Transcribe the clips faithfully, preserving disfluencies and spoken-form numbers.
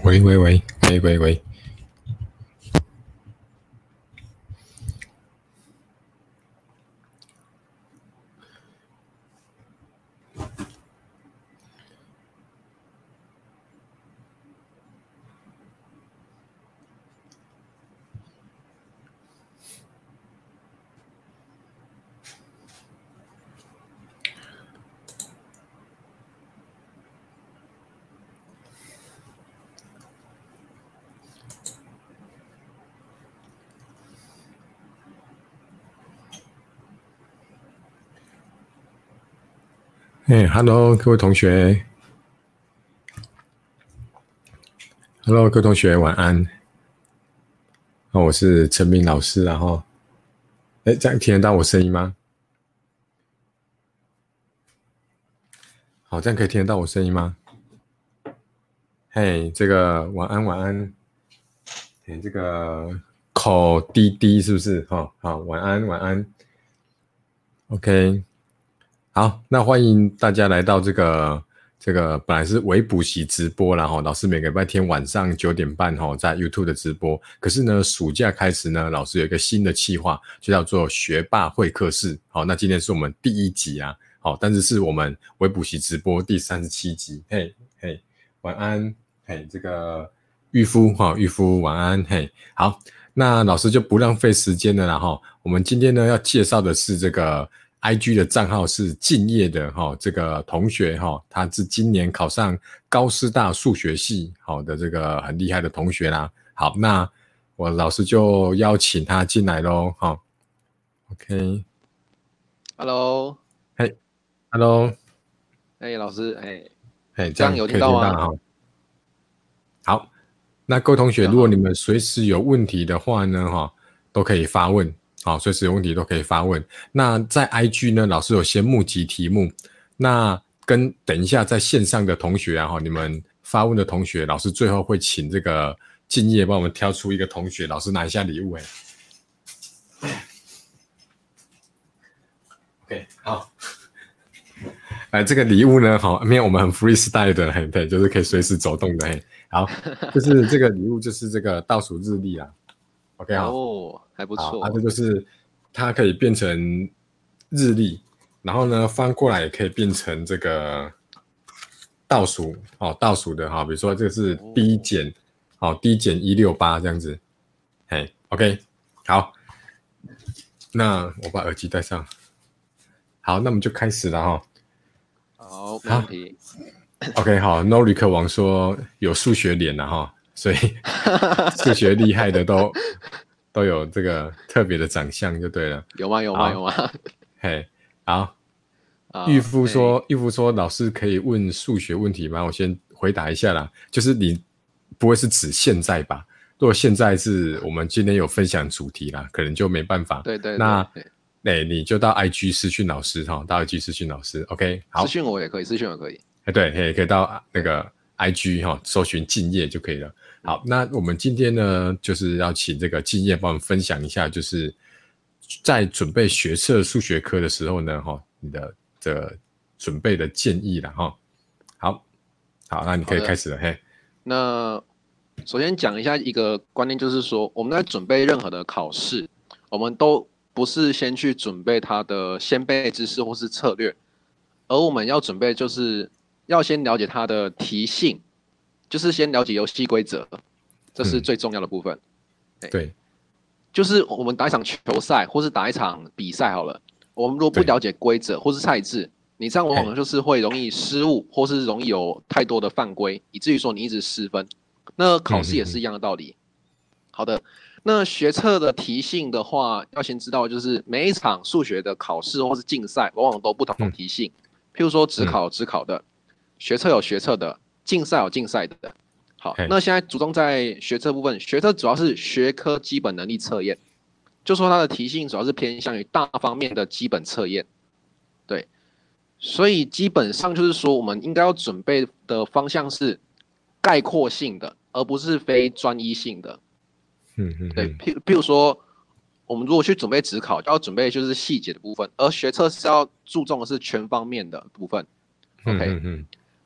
喂喂喂，喂喂喂，哎 ，Hello， 各位同学 ，Hello， 各位同学，晚安。哦，我是陈明老师，然后，哎，这样听得到我声音吗？好，这样可以听得到我声音吗？嘿，这个晚安晚安，哎，这个口滴滴是不是？哈、哦，好，晚安晚安。OK， 好，那欢迎大家来到这个这个本来是微补习直播啦，然后老师每个礼拜天晚上九点半哈在 YouTube 的直播。可是呢，暑假开始呢，老师有一个新的企划，就叫做学霸会客室。好，那今天是我们第一集啊，好，但是是我们微补习直播第三十七集。嘿嘿，晚安，嘿，这个玉夫哈，玉夫晚安，嘿，好，那老师就不浪费时间了啦哈。我们今天呢要介绍的是这个。I G 的账号是敬业的哈，这个同学哈，他是今年考上高师大数学系好的这个很厉害的同学啦。好，那我老师就邀请他进来咯。哈 OK，Hello， 嘿 ，Hello， 哎，老师，哎， 嘿， 这样有听到吗？ 哈。好，那各位同学，如果你们随时有问题的话呢，哈，都可以发问。好，随时有问题都可以发问。那在 I G 呢，老师有先募集题目，那跟等一下在线上的同学啊，你们发问的同学，老师最后会请这个敬业帮我们挑出一个同学，老师拿一下礼物哎。OK， 好，哎，这个礼物呢，好，没有我们很 freestyle 的，嘿，对，就是可以随时走动的，嘿，好，就是这个礼物就是这个倒数日历啊。OK 好， 哦，还不错。 啊，这就是它可以变成日历，然后呢翻过来也可以变成这个倒数哦，倒数的哈、哦，比如说这个是 D 减，好、哦、，D 减一六八这样子，嘿 ，OK， 好，那我把耳机戴上，好，那我们就开始了哈、 哦。好，没问题。 OK， 好 ，Noriko 王说有数学脸了哈。所以数学厉害的都都有这个特别的长相就对了。 有吗？有吗？有吗？ 嘿，好。玉夫说，玉夫说，老师可以问数学问题吗？我先回答一下啦，就是你不会是指现在吧？如果现在是我们今天有分享主题啦，可能就没办法。 对对对。 那哎，你就到 I G 私讯老师哈，到 I G 私讯老师 ，OK， 好。 私讯我也可以，私讯我可以。 哎，对，也可以到那个 I G 哈，搜寻敬业就可以了。好，那我们今天呢，就是要请这个敬业帮我们分享一下，就是在准备学测数学科的时候呢，哈，你的这个准备的建议啦，哈。好，好，那你可以开始了，嘿。 那首先讲一下一个观念，就是说我们在准备任何的考试，我们都不是先去准备它的先备知识或是策略，而我们要准备就是要先了解它的题性。就是先了解游戏规则，这是最重要的部分。 嗯、对， 就是我们打一场球赛，或是打一场比赛好了，我们如果不了解规则或是赛制，你这样往往就是会容易失误，或是容易有太多的犯规，以至于说你一直失分。那考试也是一样的道理。嗯、好的，那学测的题性的话，要先知道就是每一场数学的考试或是竞赛，往往都不同题性。嗯、譬如说只考有只考的，嗯、学测有学测的。竞赛有竞赛的，好，那现在着重在学测部分，学测主要是学科基本能力测验，就说它的题性主要是偏向于大方面的基本测验，对，所以基本上就是说我们应该要准备的方向是概括性的，而不是非专一性的， 嗯嗯， 对，譬譬如说我们如果去准备指考，就要准备就是细节的部分，而学测是要注重的是全方面的部分 ，OK。嗯嗯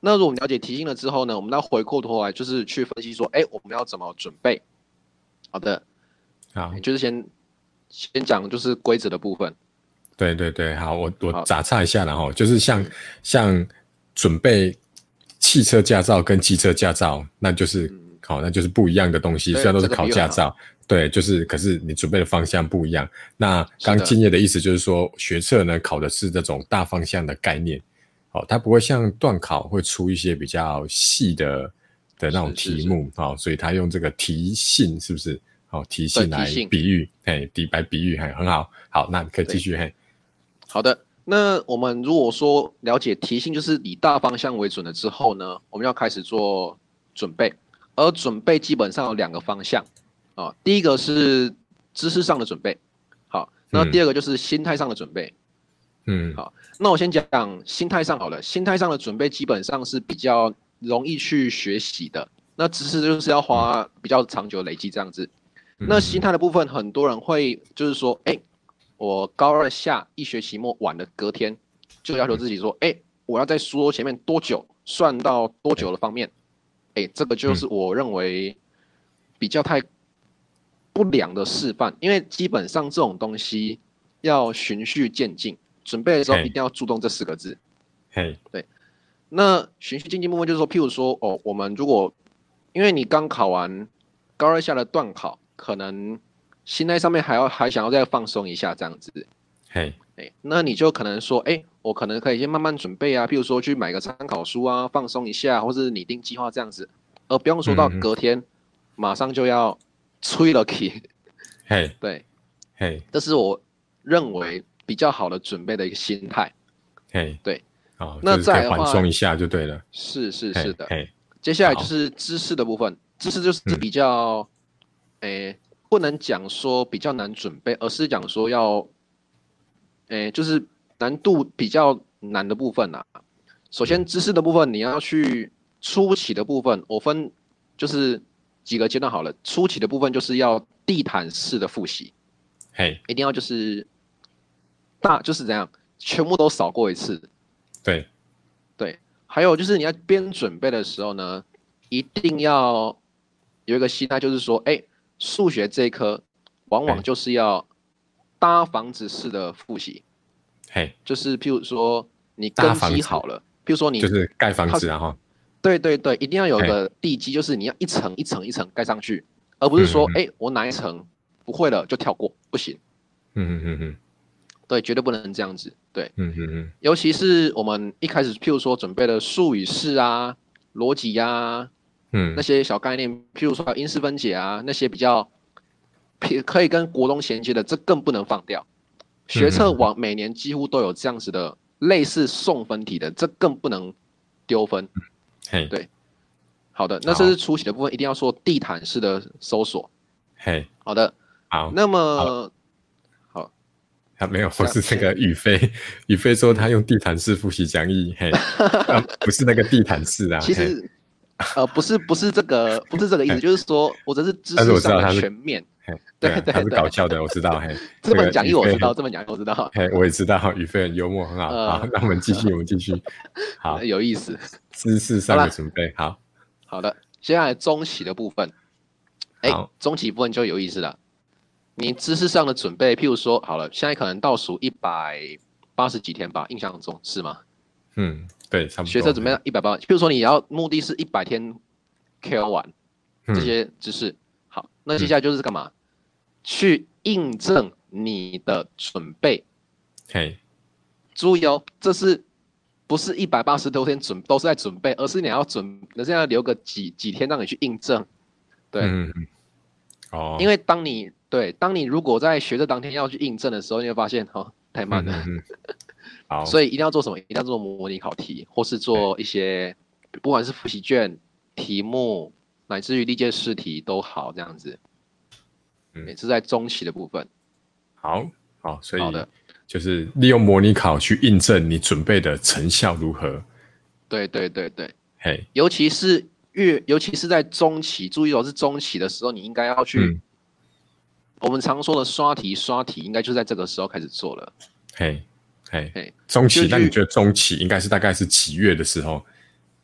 那如果我们了解题型了之后呢，我们要回过头来就是去分析说，哎，我们要怎么准备？好的， 好， 就是先先讲就是规则的部分。 对对对，好，我我打岔一下了哈，就是像、嗯、像准备汽车驾照跟机车驾照，那就是好、嗯哦，那就是不一样的东西。虽然都是考驾照，对，就是可是你准备的方向不一样。那刚敬业的意思就是说，学测呢考的是这种大方向的概念，哦，它不会像段考会出一些比较细的的那种题目，哦，所以他用这个题性是不是？哦，题性来比喻，嘿，底白比喻，嘿，很好。好，那你可以继续，嘿。 好的，那我们如果说了解题性就是以大方向为准了之后呢，我们要开始做准备，而准备基本上有两个方向啊，第一个是知识上的准备，好，那第二个就是心态上的准备，嗯，好，那我先讲心态上好了，心态上的准备基本上是比较容易去学习的，那知识就是要花比较长久累积这样子，嗯、那心态的部分很多人会就是说，哎。我高二下一学期末晚的隔天，就要求自己说，哎、欸，我要在书桌前面多久，算到多久的方面，哎、欸，这个就是我认为比较太不良的示范，因为基本上这种东西要循序渐进，准备的时候一定要注重这四个字。 嘿， 对。那循序渐进部分就是说，譬如说，哦，我们如果因为你刚考完高二下的段考，可能。心态上面还要还想要再放松一下这样子， 嘿， 哎，那你就可能说，哎，我可能可以先慢慢准备啊，譬如说去买个参考书啊，放松一下，或是拟定计划这样子，而不用说到隔天、嗯、马上就要吹了起， 嘿， 对， 嘿， 这是我认为比较好的准备的一个心态， 嘿， 对， 哦， 那再缓松一下就对了， 是是是的， 嘿， 接下来就是知识的部分，知识就是比较，哎、嗯。不能讲说比较难准备，而是讲说要，诶，就是难度比较难的部分啊。首先，知识的部分你要去初期的部分，我分就是几个阶段好了。初期的部分就是要地毯式的复习， 嘿， 一定要就是大就是怎样，全部都扫过一次。 对， 对，还有就是你要边准备的时候呢，一定要有一个心态，就是说，哎。数学这一科往往就是要搭房子式的复习， 嘿， 就是譬如说你根基好了，譬如说你就是盖房子啊哈， 对对对，一定要有个地基，就是你要一层一层一层盖上去，而不是说哎、嗯欸、我哪一层不会了就跳过，不行， 嗯嗯嗯嗯， 对，绝对不能这样子，对， 嗯嗯嗯， 尤其是我们一开始譬如说准备的数语式啊、逻辑呀、啊。嗯，那些小概念，譬如说因式分解啊，那些比较可以跟国中衔接的，这更不能放掉。学测网每年几乎都有这样子的类似送分题的，这更不能丢分。 嘿， 对，好的，那这是初期的部分，一定要说地毯式的搜索。 嘿， 好的， 好， 那么好， 他没有，我是这个宇飞，宇飞说他用地毯式复习讲义，嘿，不是那个地毯式啊， 其实。呃，不是，不是这个，不是这个意思，就是说我这是知识上的全面。 对对对，他是搞笑的，我知道。嘿， 这本讲义我知道，这本讲义我知道。 嘿，我也知道，宇飞很幽默，很好。呃、好，那我们继续，我们继续。好， 有意思。 知识上的准备，好。 好的，接下来中期的部分。哎，中期部分就有意思了。你知识上的准备，譬如说，好了，现在可能倒数一百八十几天吧，印象中是吗？ 嗯。对，差不多。 学测准备一百八，譬如说你要目的是一百天 K O 完这些知识，嗯、好，那接下来就是干嘛？嗯、去印证你的准备。 嘿， 注意哦，这是不是一百八十多天准都是在准备，而是你要准，人家要留个几几天让你去印证。对， 嗯嗯，哦， 因为当你对，当你如果在学测当天要去印证的时候，你会发现哦，太慢了。嗯嗯好， 所以一定要做什么？一定要做模拟考题，或是做一些，不管是复习卷、题目，乃至于历届试题都好，这样子。嗯，也是在中期的部分。 好，好，所以好的， 就是利用模拟考去印证你准备的成效如何。 对对对对， 嘿， 尤其是越，尤其是在中期，注意哦，是中期的时候，你应该要去。嗯、我们常说的刷题，刷题应该就在这个时候开始做了。 嘿。嘿，中期，那你觉得中期应该是大概是几月的时候？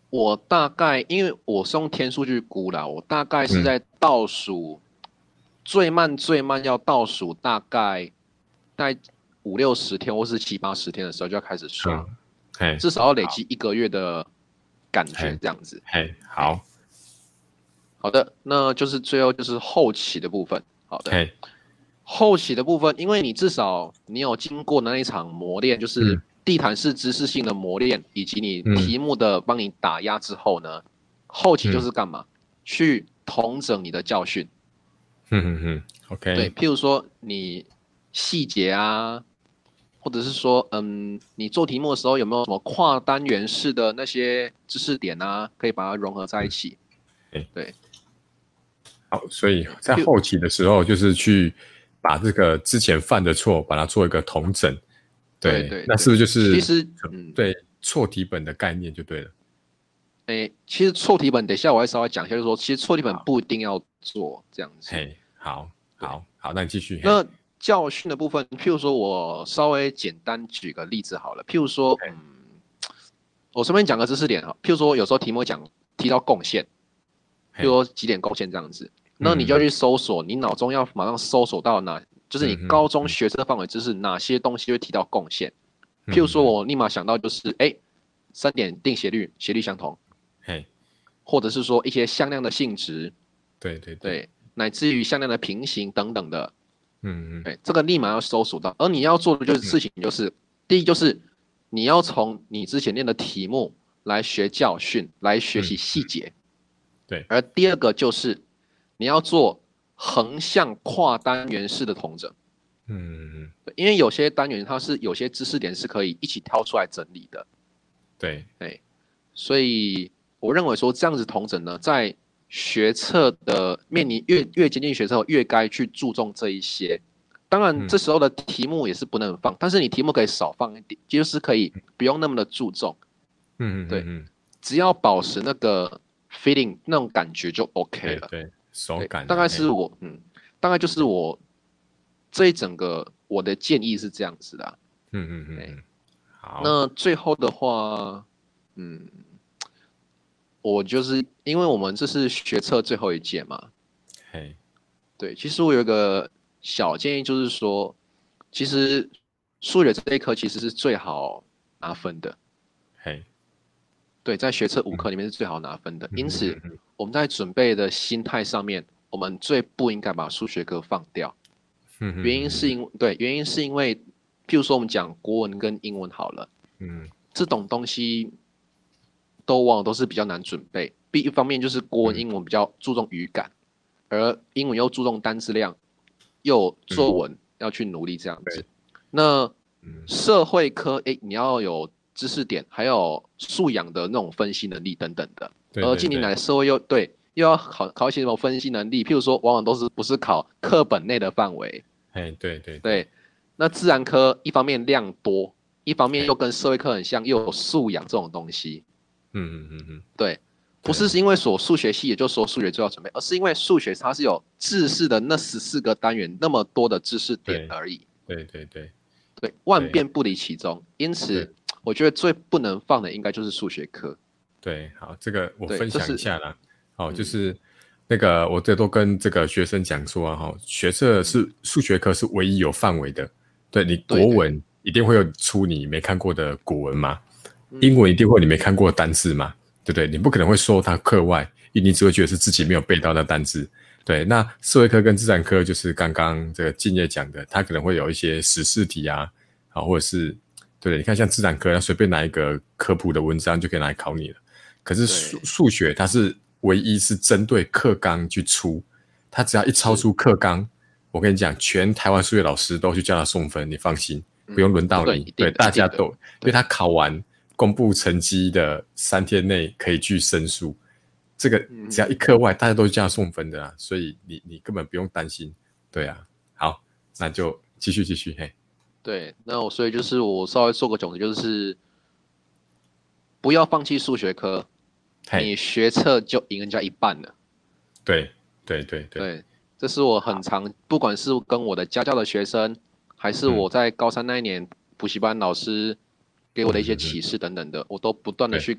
我大概因为我是用天数去估啦，我大概是嗯在倒数、最慢最慢要倒数大概大概五六十天或是七八十天的时候就要开始刷， 嗯，嘿， 至少要累积一个月的感觉嘿， 这样子。 嘿，好， 好的，那就是最后就是后期的部分。好的， 嘿， 后期的部分，因为你至少你有经过那一场磨练，就是嗯地毯式知识性的磨练，以及你嗯题目的帮你打压之后呢，后期就嗯是干嘛？去统整你的教训。 嗯嗯嗯对， ，OK， 譬如说你细节啊，或者是说，嗯，你做题目的时候有没有什么跨单元式的那些知识点啊，可以把它融合在一起？ 哎， 对， 好，所以对，譬如在后期的时候，就是去把这个之前犯的错，把它做一个统整。对， 对对对， 那是不是就是其实，嗯， 对错题本的概念就对了？ 诶，其实错题本，等一下我会稍微讲一下，就是说，其实错题本好， 不一定要做这样子。 嘿，好， 对， 好，好，那你继续，嘿， 那教训的部分，譬如说我稍微简单举个例子好了，譬如说， 嘿， 嗯，我顺便讲个知识点哈，譬如说有时候题目讲提到贡献，譬如嘿， 说几点贡献这样子，那你就要嗯去搜索，你脑中要马上搜索到哪，就是你嗯嗯高中嗯学测范围知识哪些东西会提到贡献。譬如说， 嗯嗯， 我立马想到就是，哎，三点定斜率，斜率相同， 嘿， 或者是说一些向量的性质， 对对对， 对，乃至于向量的平行等等的， 嗯嗯对，这个立马要搜索到。而你要做的就是嗯事情就是，第一就是你要从你之前练的题目来学教训，来学习嗯， 细节。 对， 而第二个就是你要做横向跨单元式的统整。 嗯嗯对，因为有些单元它是有些知识点是可以一起挑出来整理的， 对， 哎，所以我认为说这样子统整呢，在学测的面临越越接近学测，越该去注重这一些。当然， 嗯这时候的题目也是不能放，但是你题目可以少放一点，就是可以不用那么的注重。 嗯嗯对， 嗯嗯， 只要保持那个 feeling 那种感觉就 OK 了。 对对，手对， 感啊， 大概嘿， 是我嗯，大概就是我这一整个我的建议是这样子的啊。 嗯嗯嗯哎， 嗯，好， 那最后的话，嗯，我就是因为我们这是学测最后一届嘛， 嘿， 对，其实我有一个小建议，就是说，其实数学这一科其实是最好拿分的， 嘿， 对，在学测五嗯科里面是最好拿分的， 嗯因此嗯嗯我们在准备的心态上面，我们最不应该把数学科放掉。 嗯原因是因对，原因是因为，譬如说我们讲国文跟英文好了， 嗯这种东西都往往都是比较难准备。第一方面就是国文、 嗯英文比较注重语感，而英文又注重单词量，又有作文要去努力这样子。那嗯社会科，哎，你要有知识点，还有素养的那种分析能力等等的。而近年对对对， 来社会又对又要考考一些什么分析能力，譬如说，往往都是不是考课本内的范围。 嘿，对对对，那自然科一方面量多，一方面又跟社会科很像，又有素养这种东西。 嗯嗯嗯嗯， 对，不是是因为所数学系也就说数学最要准备，而是因为数学它是有知识的那十四个单元那么多的知识点而已。 对对对对，万变不离其宗。因此，我觉得最不能放的应该就是数学科。 对，好，这个我对， 分这是享一下啦。好，就嗯是那个我这都跟这个学生讲说啊，哈，学测是数学科是唯一有范围的。对你国对对文一定会有出你没看过的古文嘛， 嗯英文一定会有你没看过的单字嘛，对不对？你不可能会说它课外，因为你只会觉得是自己没有背到那单字。对，那社会科跟自然科就是刚刚这个敬业讲的，它可能会有一些时事题啊，啊，或者是对，你看像自然科，它随便拿一个科普的文章就可以拿来考你了。可是数对数学它是唯一是针对课纲去出，它只要一超出课纲，我跟你讲，全台湾数学老师都去叫他送分，你放心，不用轮到对， 你。 一定的大家一定的都，因为他考完公布成绩的三天内可以去申诉，这个嗯只要一课外，大家都叫他送分的啊，所以你你根本不用担心。对啊，好，那就继续继续，嘿， 对，那我所以就是我稍微做个总结，就是不要放弃数学科， 嘿， 你学测就赢人家一半了。 对对对对， 对，这是我很常，不管是跟我的家教的学生，还是我在高三那一年补习班老师给我的一些启示等等的，我都不断的对去跟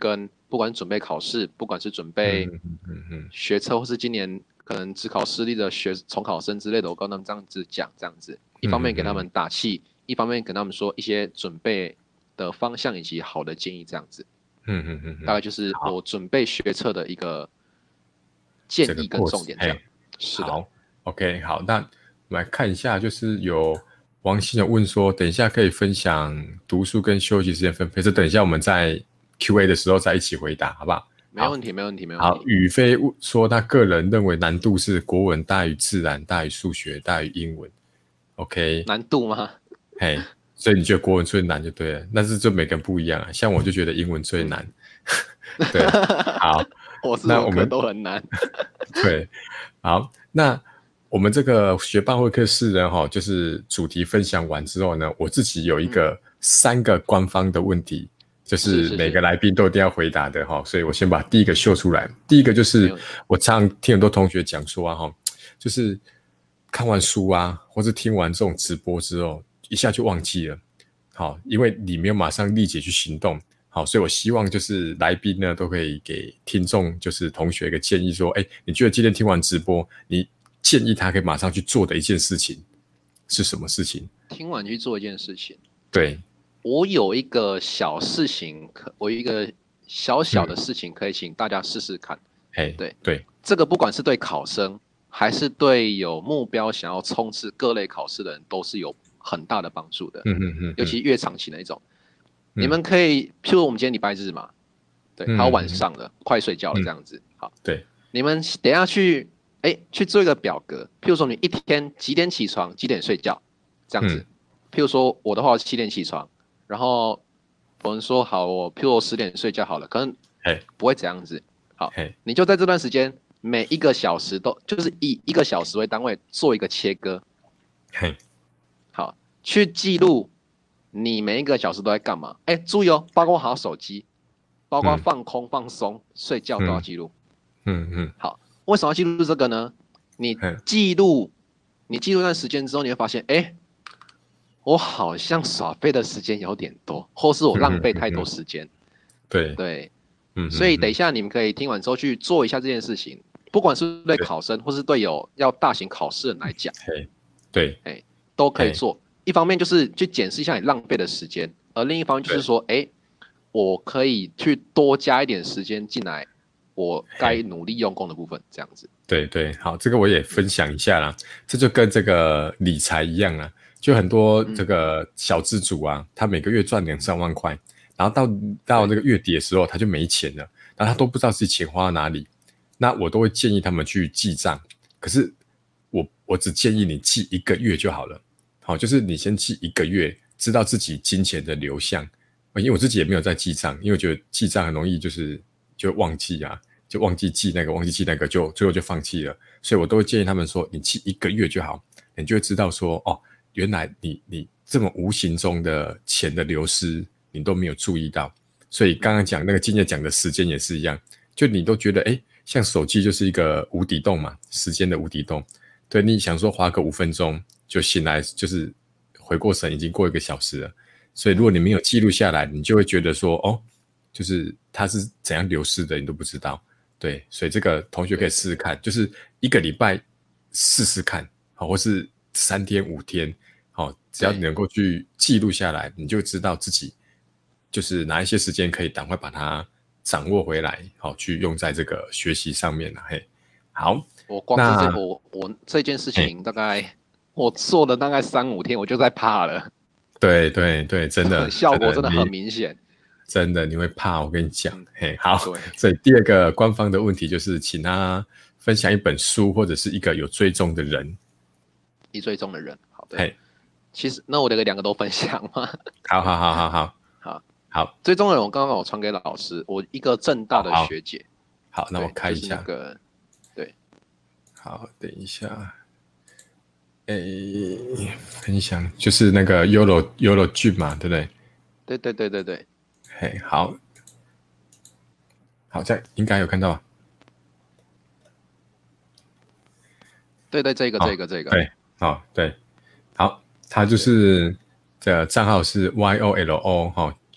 不管准备考试，不管是准备学测，或是今年可能只考私立的学重考生之类的，我跟他们这样子讲，这样子，一方面给他们打气，一方面跟他们说一些准备的方向以及好的建议，这样子。嗯嗯嗯，大概就是我准备学测的一个建议跟重点这样。是的。 好 ，OK， 好，那我们来看一下，就是有王信有问说，等一下可以分享读书跟休息时间分配，这等一下我们在 Q A 的时候再一起回答，好不好？ 没问题，没问题，没问题。 好，宇飞说他个人认为难度是国文大于自然，大于数学，大于英文。OK， 难度吗？ 嘿。所以你觉得国文最难就对了，但是就每个人不一样啊。像我就觉得英文最难。对，好， 我是我们都很难。 对，好，那我们这个学霸会客室呢，哈，就是主题分享完之后呢，我自己有一个三个官方的问题，就是每个来宾都一定要回答的哈。所以我先把第一个秀出来。第一个就是我常听很多同学讲说啊，哈，就是看完书啊，或是听完这种直播之后，一下就忘记了，好，因为你没有马上立即去行动，好，所以我希望就是来宾呢都可以给听众，就是同学一个建议说，哎，你觉得今天听完直播，你建议他可以马上去做的一件事情是什么事情？ 听完去做一件事情， 对， 我有一个小事情，我有一个小小的事情可以请大家试试看。 嘿、嗯，对对， 这个不管是对考生，还是对有目标想要冲刺各类考试的人，都是有很大的帮助的，嗯嗯嗯，尤其越长期那种，嗯、你们可以，譬如我们今天礼拜日嘛，对，还有晚上的，嗯、快睡觉了这样子，嗯、好， 对， 你们等一下去，哎，去做一个表格，譬如说你一天几点起床，几点睡觉，这样子，嗯、譬如说我的话七点起床，然后我们说好，我譬如我十点睡觉好了，可能不会这样子，好，你就在这段时间每一个小时都就是以一个小时为单位做一个切割， 嘿。 好，去记录你每一个小时都在干嘛。哎，注意哦，包括好手机，包括放空、嗯、放松、睡觉都要记录。嗯嗯。好，为什么要记录这个呢？你记录，你记录一段时间之后，你会发现，哎，我好像耍废的时间有点多，或是我浪费太多时间。嗯、 对对，嗯。所以等一下你们可以听完之后去做一下这件事情，不管是对考生或是对有要大型考试的人来讲。 对， 哎。都可以做，一方面就是去检视一下你浪费的时间，而另一方面就是说，哎，我可以去多加一点时间进来，我该努力用功的部分，这样子。 对对，好，这个我也分享一下啦，这就跟这个理财一样啦，就很多这个小资主啊，他每个月赚两三万块，然后到到这个月底的时候，他就没钱了，然后他都不知道自己钱花到哪里，那我都会建议他们去记账，可是我我只建议你记一个月就好了。好，就是你先记一个月，知道自己金钱的流向。因为我自己也没有在记账，因为我觉得记账很容易就是就忘记啊，就忘记记那个，忘记记那个，就最后就放弃了。所以我都会建议他们说，你记一个月就好，你就会知道说，哦，原来你你这么无形中的钱的流失，你都没有注意到。所以刚刚讲那个今天讲的时间也是一样，就你都觉得，哎，像手机就是一个无底洞嘛，时间的无底洞。对，你想说花个五分钟。就醒来，就是回过神，已经过一个小时了。所以如果你没有记录下来，你就会觉得说，哦，就是它是怎样流失的，你都不知道。对，所以这个同学可以试试看，就是一个礼拜试试看，好，或是三天五天，好，只要你能够去记录下来，你就知道自己就是哪一些时间可以赶快把它掌握回来，好，去用在这个学习上面了。嘿，好， 我光是这个，我我这件事情大概。我做了大概三五天，我就在怕了。 对对对，真的效果真的很明显。 真的，你会怕，我跟你讲。嘿，好。所以第二个官方的问题就是，请他分享一本书或者是一个有追踪的人。 一追踪的人，好的。嘿，其实那我得两个都分享吗？ 好好好好好好好。 追踪的人，我刚刚我传给老师，我一个政大的学姐。 好，好那我看一下。 就是、那个对。 好，等一下。诶，分享就是那个 Yolo Yolo 俊嘛，对不对？ 对对对对对。 嘿，好，好在应该有看到吧？ 对对，这个这个这个。 对，好对，好，他就是这账号是 Y O L O 哈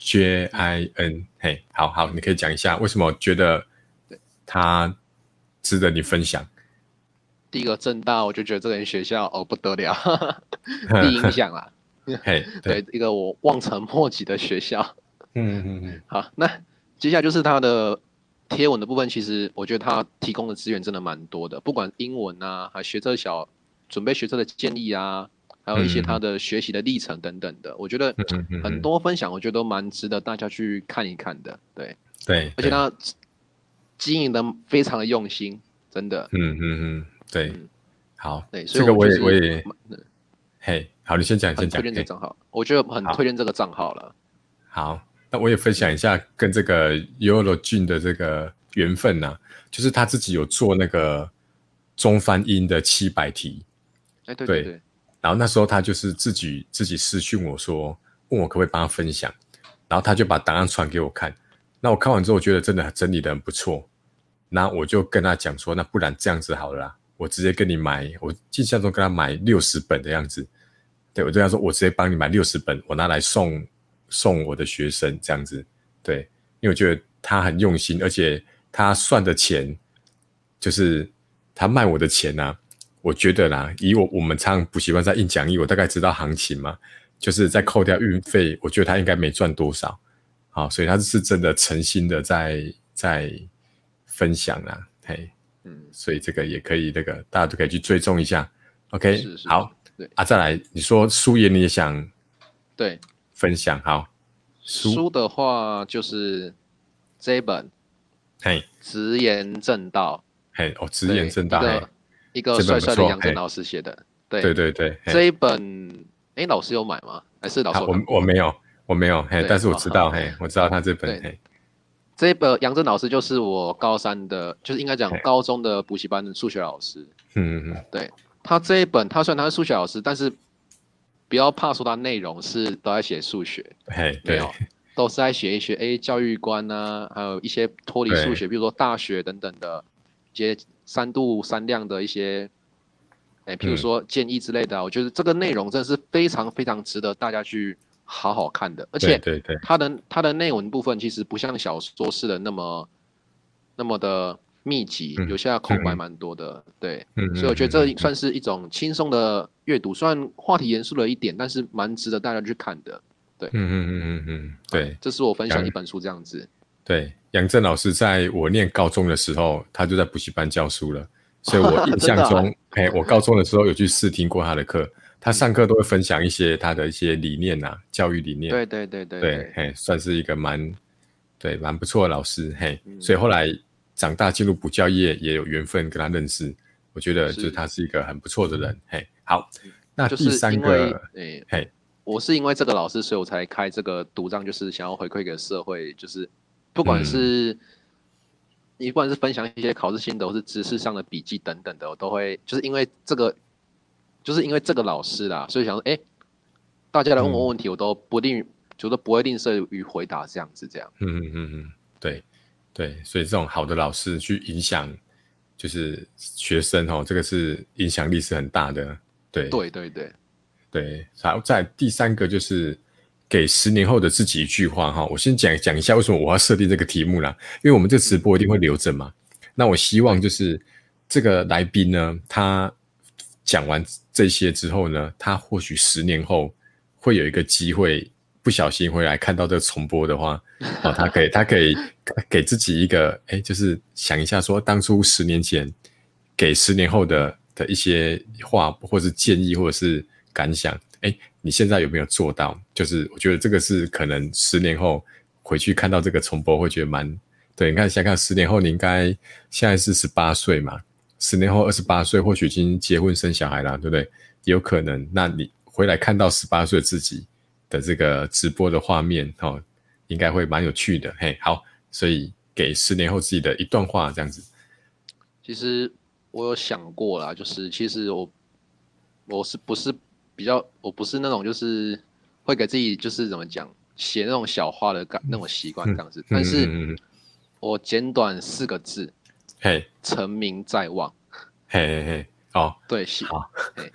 J I N， 嘿，好好，你可以讲一下为什么觉得他值得你分享。 第一个政大，我就觉得这间学校哦不得了，第一印象啦。 嘿，对， 对，一个我望尘莫及的学校。 嗯嗯嗯。 好，那接下来就是他的贴文的部分，其实我觉得他提供的资源真的蛮多的，不管英文啊，还学测小准备学测的建议啊，还有一些他的学习的历程等等的，我觉得很多分享，我觉得都蛮值得大家去看一看的。对对， 而且他经营的非常的用心，真的。 嗯嗯嗯，对，嗯、好， 对， 所以这个我也我也， 嗯、 嘿，好，你先讲，先讲。 推荐这个账号，我觉得很推荐这个账号了。 好，那我也分享一下跟这个 Yolo 俊的这个缘分呐、啊，就是他自己有做那个中翻英的七百题， 哎，对对 对, 对。 然后那时候他就是自己自己私讯我说，问我可不可以帮他分享，然后他就把档案传给我看。那我看完之后，我觉得真的整理的很不错。那我就跟他讲说，那不然这样子好了啦，我直接跟你买，我印象中跟他买六十本的样子。对，我就跟他说，我直接帮你买六十本，我拿来送送我的学生这样子。对，因为我觉得他很用心，而且他算的钱，就是他卖我的钱啊。我觉得啦，以我我们常补习班在印讲义，我大概知道行情嘛，就是在扣掉运费，我觉得他应该没赚多少。好，所以他是真的诚心的在在分享啦，嘿，嗯，所以这个也可以，那个大家都可以去追踪一下。OK， 是是好， 对啊，再来，你说书也你也想对分享，好， 书, 书的话就是这一本， 嘿， 直言正道， 嘿，哦，直言正道， 一个一个帅帅的杨振老师写的，对对对对， 这一本，哎，老师有买吗？还是老师我我没有。我没有，嘿，但是我知道，嘿，我知道他这本，嘿， 这一本杨振老师就是我高三的，就是应该讲高中的补习班的数学老师。 嗯嗯嗯， 对，他这一本，他虽然他是数学老师，但是不要怕说他内容是都在写数学， 嘿，对， 没有，都是在写一些哎教育观啊，还有一些脱离数学，比如说大学等等的一些三度三量的一些，哎，譬如说建议之类的、啊嗯，我觉得这个内容真的是非常非常值得大家去好好看的，而且它的它的内文部分其实不像小说似的那么那么的密集，有些空白蛮多的，嗯、对、嗯，所以我觉得这算是一种轻松的阅读，虽然话题严肃了一点，但是蛮值得大家去看的，对， 嗯嗯嗯嗯嗯，对， 这是我分享一本书这样子。 对，杨振老师在我念高中的时候，他就在补习班教书了，所以我印象中，哎、啊，我高中的时候有去试听过他的课。他上课都会分享一些他的一些理念啊，教育理念。 对对对对对，嘿，算是一个蛮对蛮不错的老师，嘿、嗯，所以后来长大进入补教业也有缘分跟他认识，我觉得就是他是一个很不错的人，嘿，好，那第三个， 就是嘿，我是因为这个老师，所以我才开这个读章，就是想要回馈给社会，就是不管是、嗯、你不管是分享一些考试心得，或是知识上的笔记等等的，我都会就是因为这个。就是因为这个老师啦，所以想说，哎，大家来问我问题，嗯、我都不定，觉得不会吝啬于回答，这样子，这样。 嗯嗯嗯嗯，对对，所以这种好的老师去影响，就是学生哦，这个是影响力是很大的。对对对对对，然后再第三个就是给十年后的自己一句话哈。我先讲讲一下为什么我要设定这个题目啦，因为我们这直播一定会留着嘛。那我希望就是这个来宾呢，他讲完这些之后呢，他或许十年后会有一个机会，不小心回来看到这个重播的话，哦，他可以，他可以给自己一个，哎，就是想一下说，当初十年前给十年后的的一些话，或是建议，或者是感想，哎，你现在有没有做到？就是我觉得这个是可能十年后回去看到这个重播，会觉得蛮对。你看，想看十年后，你应该现在是十八岁嘛？十年后二十八岁，或许已经结婚生小孩了，对不对？也有可能。那你回来看到十八岁自己的这个直播的画面，哦，应该会蛮有趣的。嘿，好，所以给十年后自己的一段话，这样子。 其实我有想过啦，就是其实我我是不是比较，我不是那种就是会给自己就是怎么讲写那种小话的那种习惯这样子，嗯、但是我简短四个字。 嘿， 成名在望。 嘿嘿嘿，哦， 对， 好，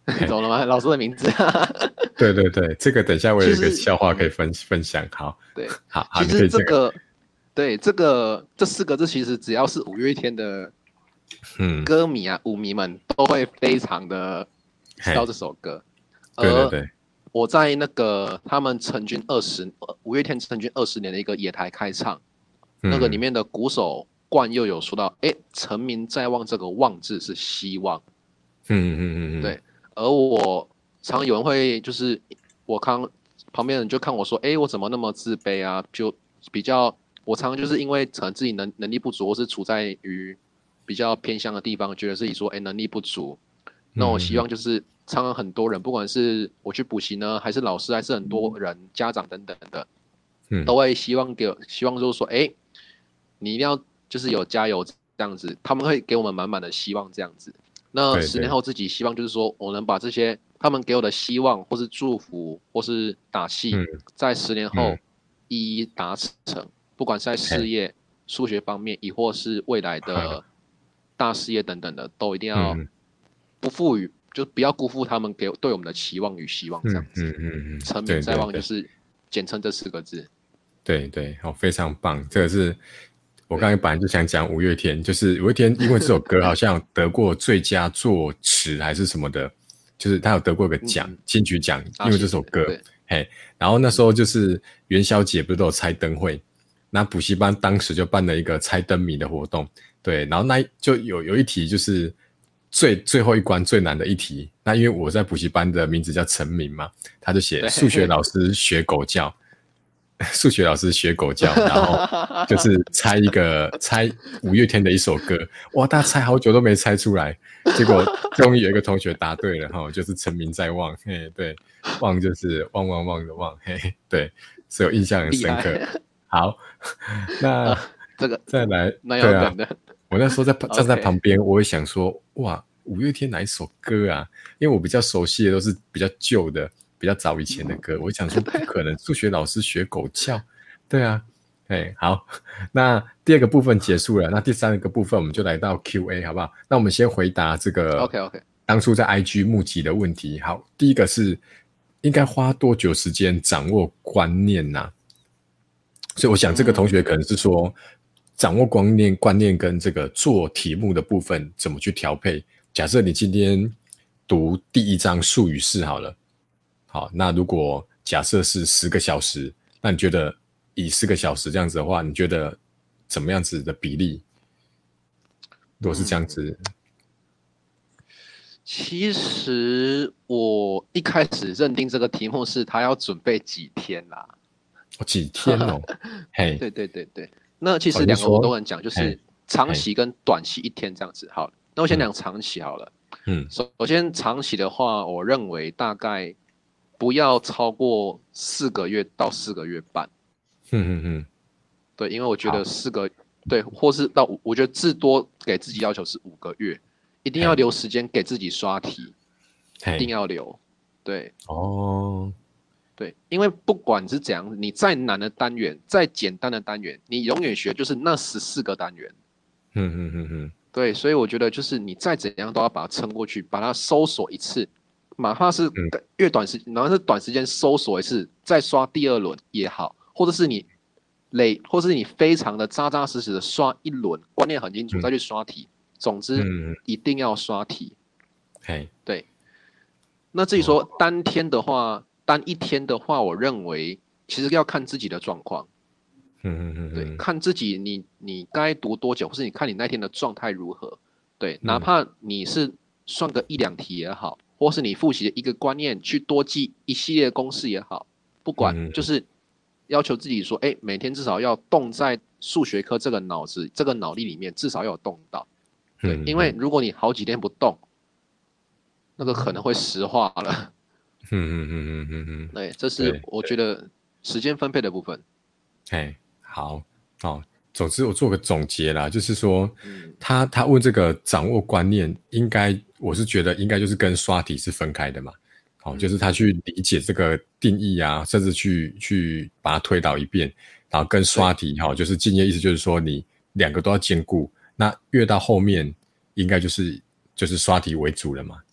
怎么了吗？老师的名字？ 对对对，这个等一下我有一个其实笑话可以分分享。好， 对， 好好， 其实你可以这这个，对这个这四个字，其实只要是五月天的嗯， 歌迷啊、舞迷们都会非常的知道这首歌。 对对对， 我在那个他们成军二十，五月天成军二十年的一个野台开唱， 嗯、 那个里面的鼓手冠佑有说到，哎，成名在望这个望字是希望。 嗯嗯嗯嗯， 对。而我常有人会就是我看旁边人就看我说，哎，我怎么那么自卑啊？就比较我常常就是因为可能自己能能力不足，或是处在于比较偏乡的地方，觉得自己说，哎，能力不足。那我希望就是常常很多人，不管是我去补习呢，还是老师，还是很多人家长等等的， 嗯， 都会希望给希望就是说，哎，你一定要就是有加油这样子，他们会给我们满满的希望这样子。那十年后自己希望就是说，我能把这些他们给我的希望，或是祝福，或是打气， 嗯、 在十年后一一达成，不管是在事业、数学方面，亦或是未来的大事业等等的，都一定要不负于，就不要辜负他们给对我们的期望与希望这样子。 嗯嗯嗯， 成名在望就是简称这四个字。 对对，好，非常棒，这个是。我刚才本来就想讲五月天，就是五月天，因为这首歌好像得过最佳作词还是什么的，就是他有得过一个奖，嗯、金曲奖，因为这首歌，嘿，然后那时候就是元宵节不是都有猜灯会，那补习班当时就办了一个猜灯谜的活动，对，然后那就有有一题就是最最后一关最难的一题，那因为我在补习班的名字叫陈明嘛，他就写数学老师学狗叫。数学老师学狗叫，然后就是猜一个猜五月天的一首歌，哇，大家猜好久都没猜出来，结果终于有一个同学答对了哈，就是成名在望，嘿，对，望就是旺旺旺的旺，嘿，对，所以我印象很深刻。好，那、呃、 这个再来， 那有梗的、 啊，我那时候在站在旁边，我会想说，哇，五月天哪一首歌啊？因为我比较熟悉的都是比较旧的。比较早以前的歌，我想说不可能，数学老师学狗叫，对啊，哎，好，那第二个部分结束了，那第三个部分我们就来到 Q A 好不好？那我们先回答这个 OK OK 当初在 I G 募集的问题。好，第一个是应该花多久时间掌握观念呐、啊？所以我想这个同学可能是说、嗯、掌握观念观念跟这个做题目的部分怎么去调配。假设你今天读第一章数语式好了。好，那如果假设是十个小时，那你觉得以十个小时这样子的话，你觉得怎么样子的比例？如果是这样子，嗯、 其实我一开始认定这个题目是他要准备几天啦、啊哦，几天哦，嘿， 对对对对。那其实两个我都能讲，就是长期跟短期一天这样子。好，那我先讲长期好了。嗯，首先长期的话，我认为大概。不要超过四个月到四个月半。 嗯嗯嗯， 对，因为我觉得四个对，或是到我觉得至多给自己要求是五个月，一定要留时间给自己刷题，一定要留。对， 哦， 对，因为不管是怎样，你再难的单元，再简单的单元，你永远学就是那十四个单元。 嗯嗯嗯嗯， 对，所以我觉得就是你再怎样都要把它撑过去，把它搜索一次。哪怕是越短时，哪怕是短时间搜索一次，再刷第二轮也好，或者是你累，或者是你非常的扎扎实实的刷一轮，观念很清楚，再去刷题。总之，一定要刷题。 嘿， 对。那至于说单天的话，单一天的话，我认为其实要看自己的状况。 嗯嗯嗯， 对，看自己你你该读多久，或是你看你那天的状态如何。对，哪怕你是算个一两题也好。或是你复习的一个观念，去多记一系列公式也好，不管就是要求自己说，哎、欸，每天至少要动在数学科这个脑子、这个脑力里面，至少要有动到。对，因为如果你好几天不动，那个可能会石化了。 嗯嗯嗯嗯嗯嗯， 对，这是我觉得时间分配的部分。 哎，好，哦。总之，我做个总结啦，就是说，嗯、他他问这个掌握观念，应该我是觉得应该就是跟刷题是分开的嘛，好、哦，就是他去理解这个定义啊，甚至去去把它推导一遍，然后跟刷题哈、哦，就是敬业意思就是说你两个都要兼顾，那越到后面应该就是就是刷题为主了嘛，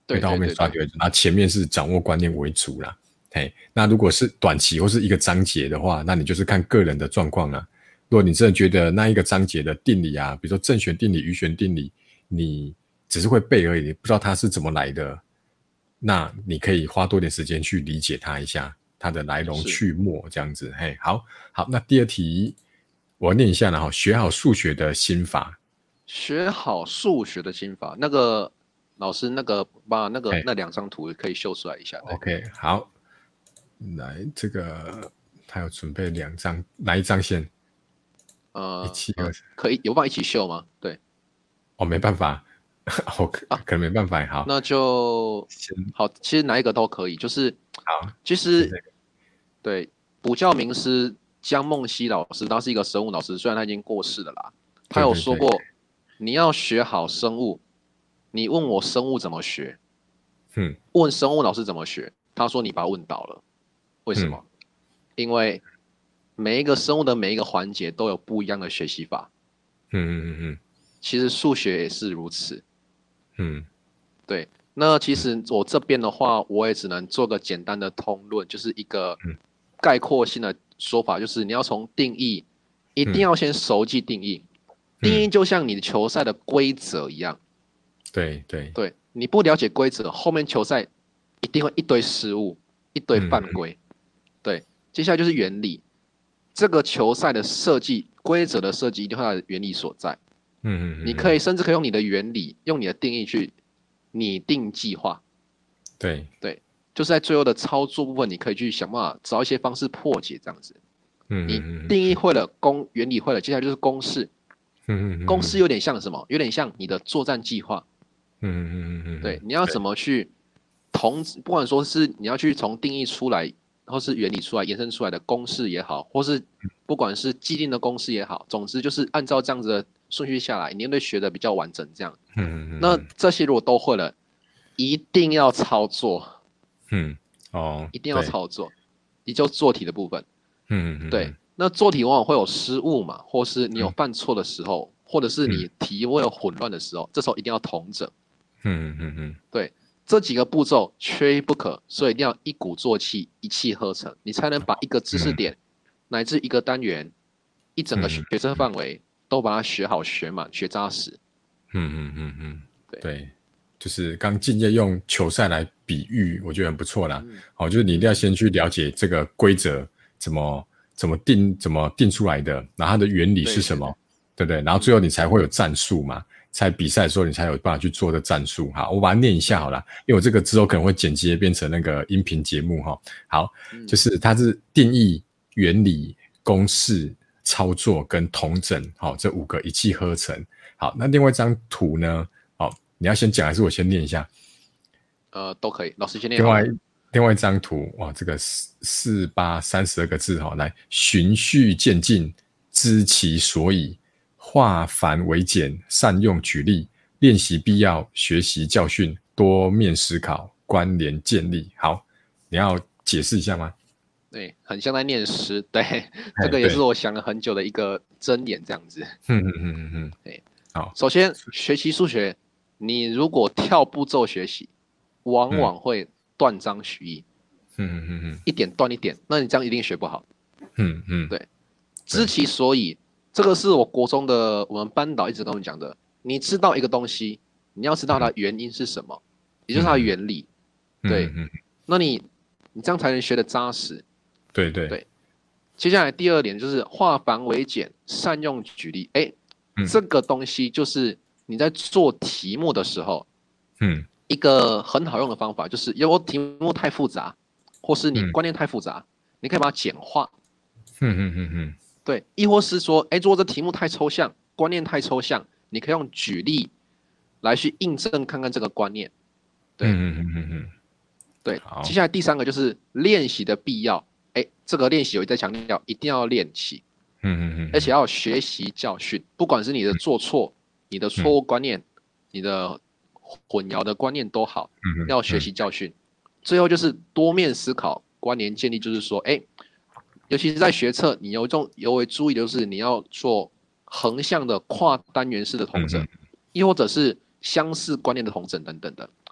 会到后面刷题为主，那前面是掌握观念为主啦。嘿，那如果是短期或是一个章节的话，那你就是看个人的状况啦。如果你真的觉得那一个章节的定理啊，比如说正弦定理、余弦定理，你只是会背而已，不知道它是怎么来的，那你可以花多点时间去理解它一下，它的来龙去脉这样子。嘿，好好，那第二题我要念一下了哈，学好数学的心法。 学好数学的心法，那个老师那个把那个那两张图可以秀出来一下。 OK， 好，来这个他有准备两张，哪一张先？ 呃， 一起二、呃、 可以有办法一起秀吗？对， 哦，没办法，哦，啊、可能没办法。好， 那就好，其实哪一个都可以，就是好， 其实、這個、对补教名师江梦溪老师，他是一个生物老师，虽然他已经过世了啦，他有说过，對對對，你要学好生物，你问我生物怎么学，嗯，问生物老师怎么学，他说你把他问倒了，为什么？嗯、因为每一个生物的每一个环节都有不一样的学习法。嗯嗯嗯嗯。其实数学也是如此。嗯，对。那其实我这边的话，我也只能做个简单的通论，就是一个概括性的说法，就是你要从定义，一定要先熟记定义。嗯、定义就像你的球赛的规则一样。 对对对，你不了解规则，后面球赛一定会一堆失误，一堆犯规。嗯、对，接下来就是原理。这个球赛的设计规则的设计一定会有它的原理所在。嗯嗯嗯，你可以甚至可以用你的原理，用你的定义去拟定计划。 对对，就是在最后的操作部分，你可以去想办法找一些方式破解这样子。嗯，你定义会了，公原理会了，接下来就是公式。嗯嗯，公式有点像什么？有点像你的作战计划。嗯嗯嗯，对，你要怎么去同，不管说是你要去从定义出来。或是原理出来延伸出来的公式也好，或是不管是既定的公式也好，总之就是按照这样子的顺序下来，你会学的比较完整。这样，嗯，那这些如果都会了，一定要操作，嗯，哦，一定要操作，也就做题的部分，嗯嗯，对，那做题往往会有失误嘛，或是你有犯错的时候，嗯、或者是你题会有混乱的时候，这时候一定要统整，嗯嗯嗯，对。这几个步骤缺一不可，所以一定要一鼓作气，一气呵成，你才能把一个知识点、嗯、乃至一个单元、一整个学测范围、嗯、都把它学好、学满、学扎实。 嗯嗯嗯嗯，对，对，就是刚敬业用球赛来比喻，我觉得很不错啦。嗯、好，就是你一定要先去了解这个规则怎么怎么定、怎么定出来的，然后它的原理是什么，对不 对, 對, 對？然后最后你才会有战术嘛。在比赛的时候，你才有办法去做的战术。好，我把它念一下好了，因为我这个之后可能会剪接变成那个音频节目哈。好，就是它是定义、原理、公式、操作跟统整，好，这五个一气呵成。好，那另外一张图呢？好，你要先讲还是我先念一下？ 呃，都可以，老师先念。 另外另外一张图，哇，这个四四八三十二个字哈，来循序渐进，知其所以。化繁为简，善用举例，练习必要，学习教训，多面思考，关联建立。好，你要解释一下吗？ 对，很像在念诗。对，这个也是我想了很久的一个箴言，这样子。 嗯嗯嗯嗯嗯。 对，好。首先，学习数学，你如果跳步骤学习，往往会断章取义。嗯嗯嗯嗯。一点断一点，那你这样一定学不好。嗯嗯。对，知其所以。这个是我国中的我们班导一直跟我们讲的，你知道一个东西，你要知道它的原因是什么，嗯、也就是它的原理，嗯、对，嗯、那你你这样才能学得扎实。 对对对。接下来第二点就是化繁为简，善用举例。哎、嗯，这个东西就是你在做题目的时候，嗯，一个很好用的方法，就是如果题目太复杂，或是你观念太复杂，嗯、你可以把它简化。嗯嗯嗯嗯。对，亦或是说，哎，如果这题目太抽象，观念太抽象，你可以用举例来去印证看看这个观念。对，嗯嗯嗯嗯，对。接下来第三个就是练习的必要，哎，这个练习我一再强调，一定要练习。嗯嗯嗯，而且要学习教训，不管是你的做错、嗯、你的错误观念、嗯、你的混淆的观念都好，嗯、要学习教训。嗯、最后就是多面思考，关联建立，就是说，哎。尤其是在学测，你有一种尤为注意的就是你要做横向的跨单元式的统整，亦、嗯、或者是相似观念的统整等等的。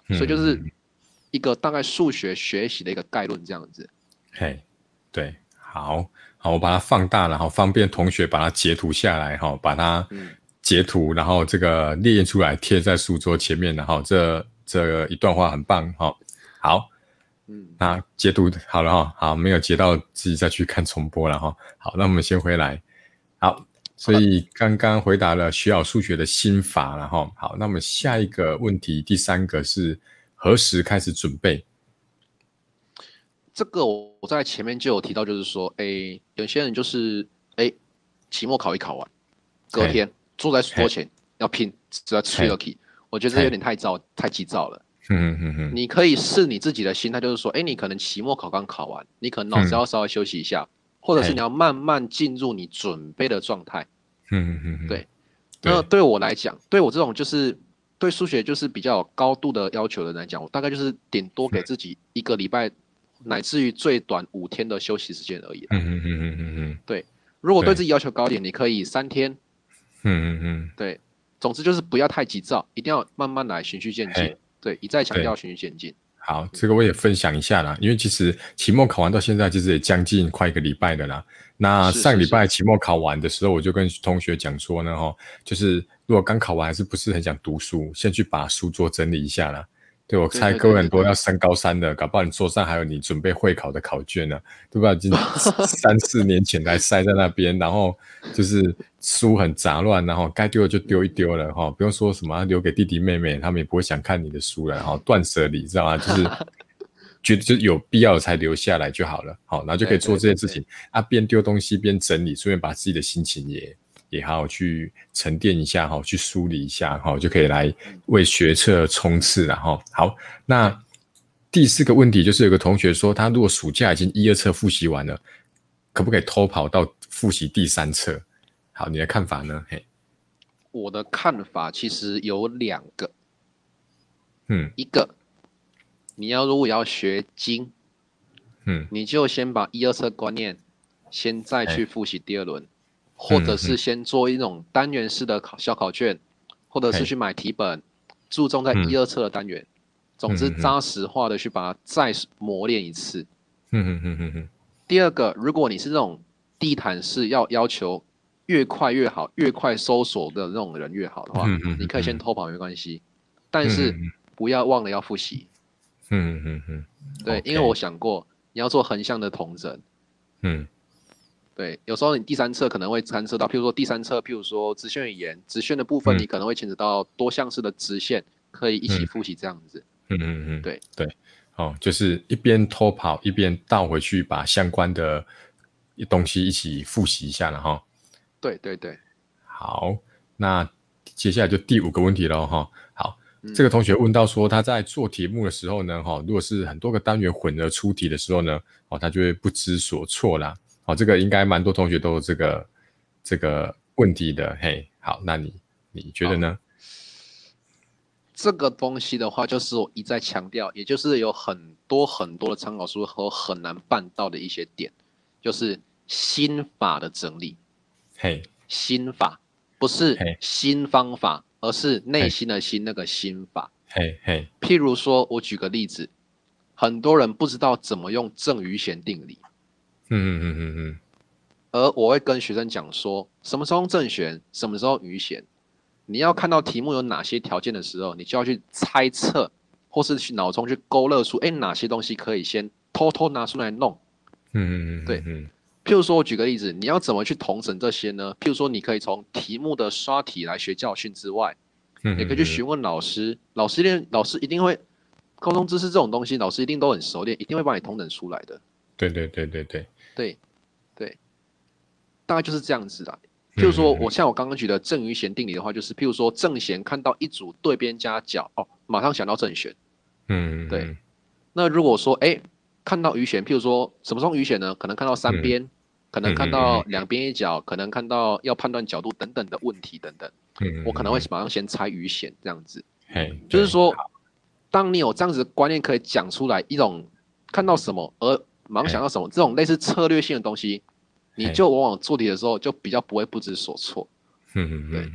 所以就是一个大概数学学习的一个概论这样子。 嘿，对，好，好，我把它放大了，好，方便同学把它截图下来，哈，把它截图，然后这个列印出来贴在书桌前面，然后这这一段话很棒，哈，好，嗯，那截图好了哈，好，没有截到自己再去看重播了哈，好，那我们先回来，好。所以刚刚回答了学好数学的心法了哈，好，那么下一个问题，第三个是何时开始准备？ 这个我在前面就有提到，就是说，哎，有些人就是，哎，期末考一考完，隔天坐在书桌前要拼，只要吹了 key， 我觉得这有点太躁，太急躁了。嗯嗯嗯，你可以试你自己的心态，就是说，哎，你可能期末考刚考完，你可能脑子要稍微休息一下，或者是你要慢慢进入你准备的状态。嗯嗯嗯，对。那对我来讲，对我这种就是对数学就是比较有高度的要求的人来讲，我大概就是顶多给自己一个礼拜，乃至于最短五天的休息时间而已。嗯嗯嗯嗯嗯嗯，对。如果对自己要求高一点，你可以三天。嗯嗯嗯，对。总之就是不要太急躁，一定要慢慢来，循序渐进。对，一再强调循序渐进。 好，这个我也分享一下啦，因为其实期末考完到现在，其实也将近快一个礼拜的啦。那上礼拜期末考完的时候，我就跟同学讲说呢，哈，就是如果刚考完还是不是很想读书，先去把书桌整理一下啦。对，我猜各位很多要升高三的，搞不好你桌上还有你准备会考的考卷呢，对吧？已经三四年前来塞在那边，然后就是书很杂乱，然后该丢的就丢一丢了哈，不用说什么留给弟弟妹妹，他们也不会想看你的书了，然后断舍离，知道吗？就是觉得就有必要才留下来就好了，好，然后就可以做这件事情啊，边丢东西边整理，顺便把自己的心情也。也好好去沉淀一下，去梳理一下，就可以来为学测冲刺了。好，那第四个问题就是有个同学说，他如果暑假已经一二册复习完了，可不可以偷跑到复习第三册？好，你的看法呢？嘿， 我的看法其实有两个，嗯，一个你要如果要学精，嗯，你就先把一二册观念先再去复习第二轮。或者是先做一种单元式的考小考卷，或者是去买题本，注重在一二册的单元。总之扎实化的去把它再磨练一次。第二个，如果你是这种地毯式要要求越快越好，越快搜索的那种人越好的话，你可以先偷跑没关系，但是不要忘了要复习。对，因为我想过你要做横向的统整。嗯。对，有时候你第三册可能会牵涉到，譬如说第三册，譬如说直线语言，直线的部分你可能会牵扯到多项式的直线，可以一起复习这样子。嗯嗯嗯，对对，哦，就是一边偷跑一边倒回去，把相关的东西一起复习一下了哈。 对对对， 好，那接下来就第五个问题了哈。好，这个同学问到说他在做题目的时候呢，哈，如果是很多个单元混合出题的时候呢，哦，他就会不知所措啦。好，这个应该蛮多同学都有这个这个问题的，嘿，好，那你你觉得呢？ 这个东西的话，就是我一再强调，也就是有很多很多的参考书和很难办到的一些点，就是心法的整理。 嘿， 心法不是新方法，而是内心的心那个心法。 嘿嘿， 譬如说，我举个例子，很多人不知道怎么用正余弦定理。嗯嗯嗯嗯嗯，而我会跟学生讲说，什么时候用正弦，什么时候余弦。你要看到题目有哪些条件的时候，你就要去猜测，或是去脑中去勾勒出，哎，哪些东西可以先偷偷拿出来弄。嗯嗯嗯，对。譬如说，我举个例子，你要怎么去统整这些呢？譬如说，你可以从题目的刷题来学教训之外，也可以去询问老师，老师一定老师一定会，高中知识这种东西，老师一定都很熟练，一定会帮你统整出来的。 对对对对对。 对，对，大概就是这样子的。譬如说，我像我刚刚举的正余弦定理的话，就是譬如说正弦看到一组对边加角，哦，马上想到正弦。嗯，对。那如果说，哎，看到余弦，譬如说什么时候余弦呢？可能看到三边，可能看到两边一角，可能看到要判断角度等等的问题等等。我可能会马上先猜余弦这样子。就是说，当你有这样子的观念可以讲出来，一种看到什么而马上想到什么，这种类似策略性的东西，你就往往做题的时候就比较不会不知所措。 嗯嗯嗯，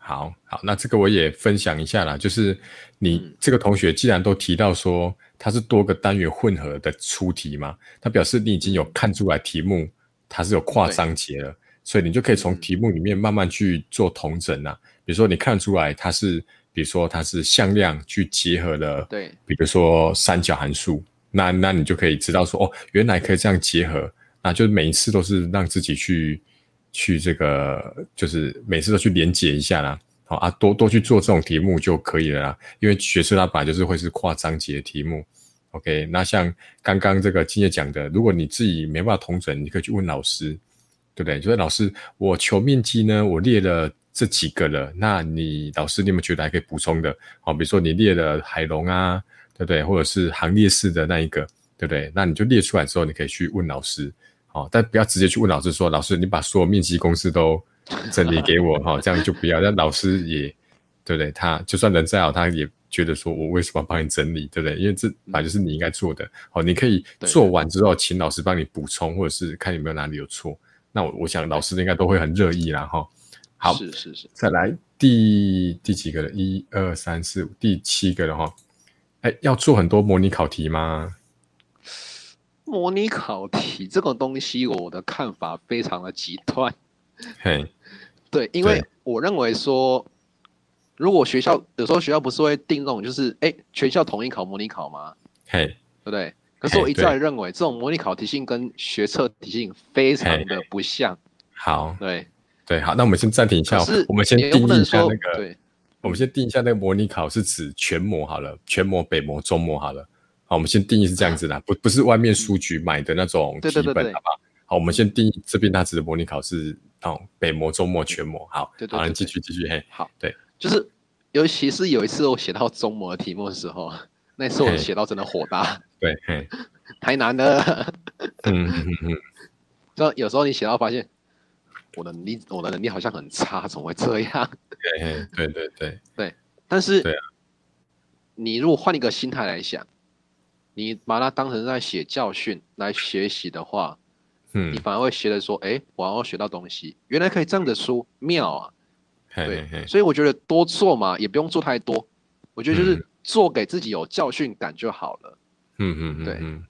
好好，那这个我也分享一下啦，就是你这个同学既然都提到说它是多个单元混合的出题嘛，它表示你已经有看出来题目它是有跨章节了，所以你就可以从题目里面慢慢去做统整啦。比如说你看出来它是，比如说它是向量去结合了， 对， 比如说三角函数，那那你就可以知道说，哦，原来可以这样结合，那就是每一次都是让自己去。去这个就是每次都去连结一下啦，好啊，多多去做这种题目就可以了啦。因为学测它本来就是会是跨章节的题目 ，OK。那像刚刚这个金叶讲的，如果你自己没办法统整，你可以去问老师，对不对？就是老师，我球面积呢，我列了这几个了，那你老师你有没有觉得还可以补充的？好，比如说你列了海龙啊，对不对？或者是行列式的那一个，对不对？那你就列出来之后，你可以去问老师。哦，但不要直接去问老师说，老师你把所有面积公式都整理给我，哈、哦，这样就不要。让老师也，对不对？他就算人再好，他也觉得说我为什么要帮你整理，对不对？因为这本来就是你应该做的。哦，你可以做完之后，请老师帮你补充，或者是看有没有哪里有错。那我我想老师应该都会很热议啦，哈、哦。好， 是是是。 再来第第几个了？一二三四五，第七个了哈。哎，要做很多模拟考题吗？ 模拟考题这种东西，我的看法非常的极端。 嘿， 对，因为我认为说，如果学校有时候学校不是会定那种，就是哎，全校统一考模拟考吗？ 嘿， 对不对？可是我一直来认为，这种模拟考题性跟学测题性非常的不像。 好， 对对，好，那我们先暂停一下，我们先定义一下那个， 对， 我们先定义一下那个模拟考是指全模好了，全模、北模、中模好了。好，我们先定义是这样子啦，不不是外面书局买的那种题本，对对对对，好不好？好，我们先定义这边它指的模拟考是哦，北模、中模、全模。好，对对对对，好，你继续继续嘿。 好， 对， 就是尤其是有一次我写到中模的题目的时候，那次我写到真的火大。 对，嘿， 太难了。 嗯嗯嗯嗯， 就有时候你写到发现，我的能力我的能力好像很差，怎么会这样？ 对对对对对，但是对啊， 你如果换一个心态来想。你把它当成在写教训来学习的话，嗯，你反而会学的说，哎，我要学到东西，原来可以这样子说，妙啊！对，嘿嘿，所以我觉得多做嘛，也不用做太多，我觉得就是做给自己有教训感就好了。 嗯嗯嗯，对，嗯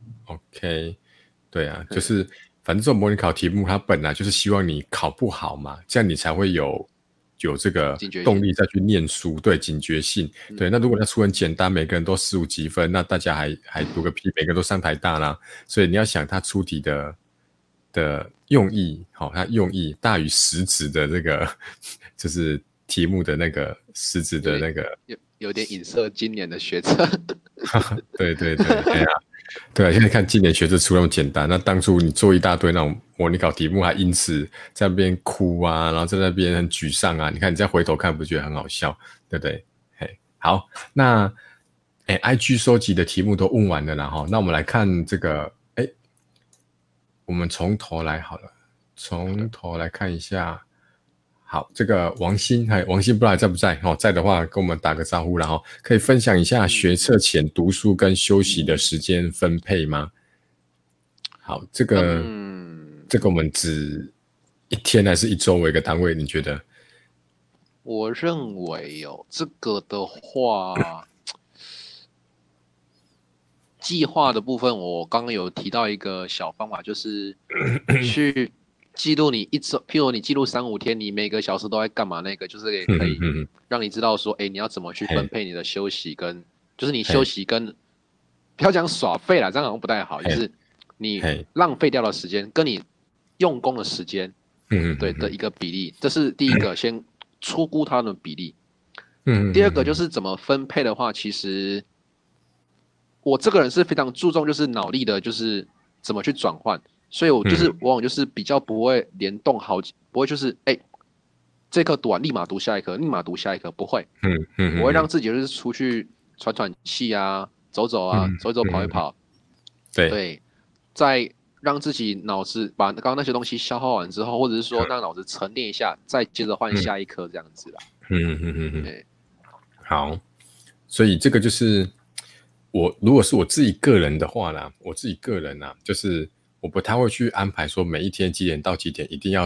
，OK， 对啊，就是反正这种模拟考题目，它本来就是希望你考不好嘛，这样你才会有。有这个动力再去念书，对，警觉性，对。那如果它出很简单，每个人都十五积分，那大家还还读个屁，每个人都上台大啦。所以你要想他出题的的用意，好、哦，他用意大于实质的这个，就是题目的那个实质的那个， 有有点影射今年的学测。 对对对，对啊。对啊，现在看今年学测出那么简单，那当初你做一大堆那种模拟考题目，还因此在那边哭啊，然后在那边很沮丧啊，你看你再回头看，不觉得很好笑，对不对？嘿，好，那哎 ，I G 收集的题目都问完了啦齁，那我们来看这个，哎，我们从头来好了，从头来看一下。好，这个王鑫，嗨，王鑫不知道还在不在？哦，在的话跟我们打个招呼，然后可以分享一下学测前读书跟休息的时间分配吗？好，这个，嗯、这个我们指一天还是一周为一个单位？你觉得？ 我认为哦，这个的话，计划的部分，我刚刚有提到一个小方法，就是去。记录你一周，譬如你记录三五天，你每个小时都在干嘛？那个就是也可以让你知道说，哎、欸，你要怎么去分配你的休息跟，就是你休息跟，不要讲耍废啦，这样好像不太好，就是你浪费掉的时间跟你用功的时间，对的一个比例，这是第一个，先初估它的比例。第二个就是怎么分配的话，其实我这个人是非常注重就是脑力的，就是怎么去转换。所以我就是往往就是比较不会联动好几，不会就是哎、欸，这课读完立马读下一课，立马读下一课，不会。嗯嗯，我会让自己就是出去喘喘气啊，走走啊，嗯、走一走，跑一跑。对对，再让自己脑子把刚刚那些东西消耗完之后，或者是说让脑子沉淀一下，再接着换下一课这样子啦。 嗯嗯嗯嗯，对，好，所以这个就是我如果是我自己个人的话啦，我自己个人啊，就是。我不太会去安排说每一天几点到几点一定要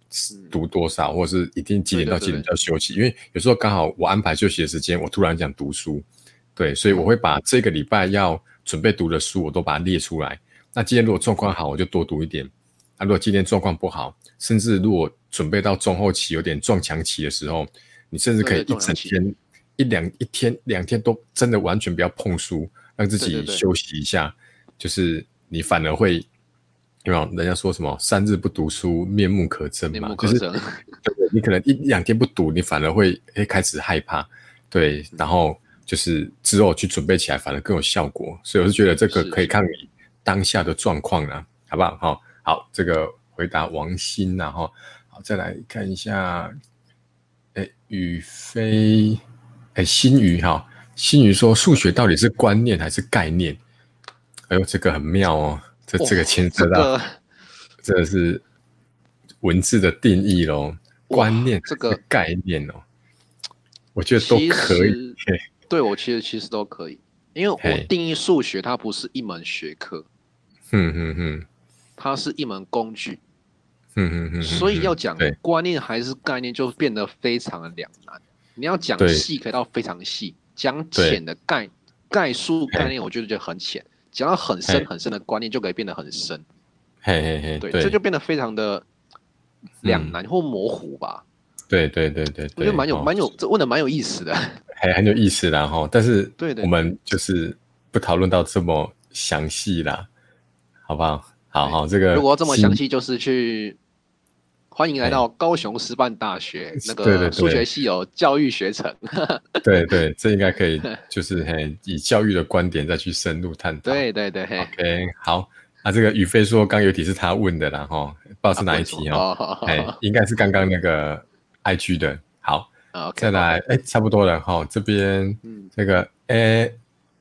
读多少，或者是一定几点到几点要休息，因为有时候刚好我安排休息的时间，我突然想读书，对，所以我会把这个礼拜要准备读的书我都把它列出来。那今天如果状况好，我就多读一点；那、啊、如果今天状况不好，甚至如果准备到中后期有点撞墙期的时候，你甚至可以一整天、一两一天、两天都真的完全不要碰书，让自己休息一下。对对对，就是你反而会有没有人家说什么三日不读书面目可憎嘛？ 面目可憎， 就是对对，你可能一两天不读，你反而会会开始害怕，对，然后就是之后去准备起来，反而更有效果。所以我是觉得这个可以看你当下的状况啦，好不好？好，好，这个回答王鑫啦，哈，好，再来看一下，哎，宇飞，哎，新宇哈，新宇说数学到底是观念还是概念？哎呦，这个很妙哦。这这个牵涉到，哦这个是文字的定义咯，观念这个概念哦，我觉得都可以。 对，我其实其实都可以，因为我定义数学它不是一门学科， 嗯嗯嗯， 它是一门工具， 嗯嗯嗯， 所以要讲观念还是概念就变得非常的两难。你要讲细可以到非常细，讲浅的概概述概念，我觉得就很浅。讲到很深很深的观念，就可以变得很深。 嘿嘿嘿， 对，这就变得非常的两难或模糊吧。 对对对对， 我觉得蛮有蛮有，这问的蛮有意思的， 还很有意思啦哈。但是我们就是不讨论到这么详细啦，好不好？好好，这个如果这么详细，就是去欢迎来到高雄师范大学那个数学系有教育学程。 对对，这应该可以，就是嘿，以教育的观点再去深入探讨。 对对对 ，OK， 好。啊，这个宇飞说，刚有一题是他问的啦，哈，不知道是哪一题哦，哎、啊，应该是刚刚那个 I G 的。好，啊、再来，哎，差不多了哈。这边，嗯，这个 A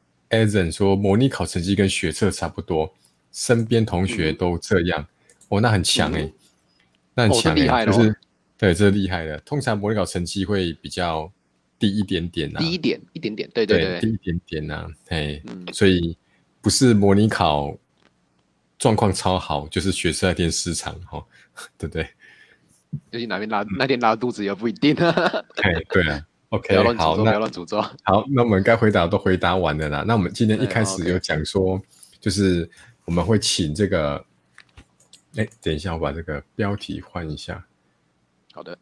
Azen 说，模拟考成绩跟学测差不多，身边同学都这样，嗯、哦，那很强哎、欸，嗯、那很强哎、欸，哦、就是。对，这是厉害的。通常模拟考成绩会比较低一点点啊， 低一点，一点点，对对 对, 对，低一点点啊，哎、嗯，所以不是模拟考状况超好，就是学测那天失常哈，对不对？ 尤其哪边拉、嗯、那天拉肚子也不一定啊。 哎，对啊 ，OK， 不要乱诅咒， 好， 不要乱诅咒。 好，那我们该回答都回答完了啦。那我们今天一开始有讲说，就是我们会请这个，哎，等一下，我把这个标题换一下。 好的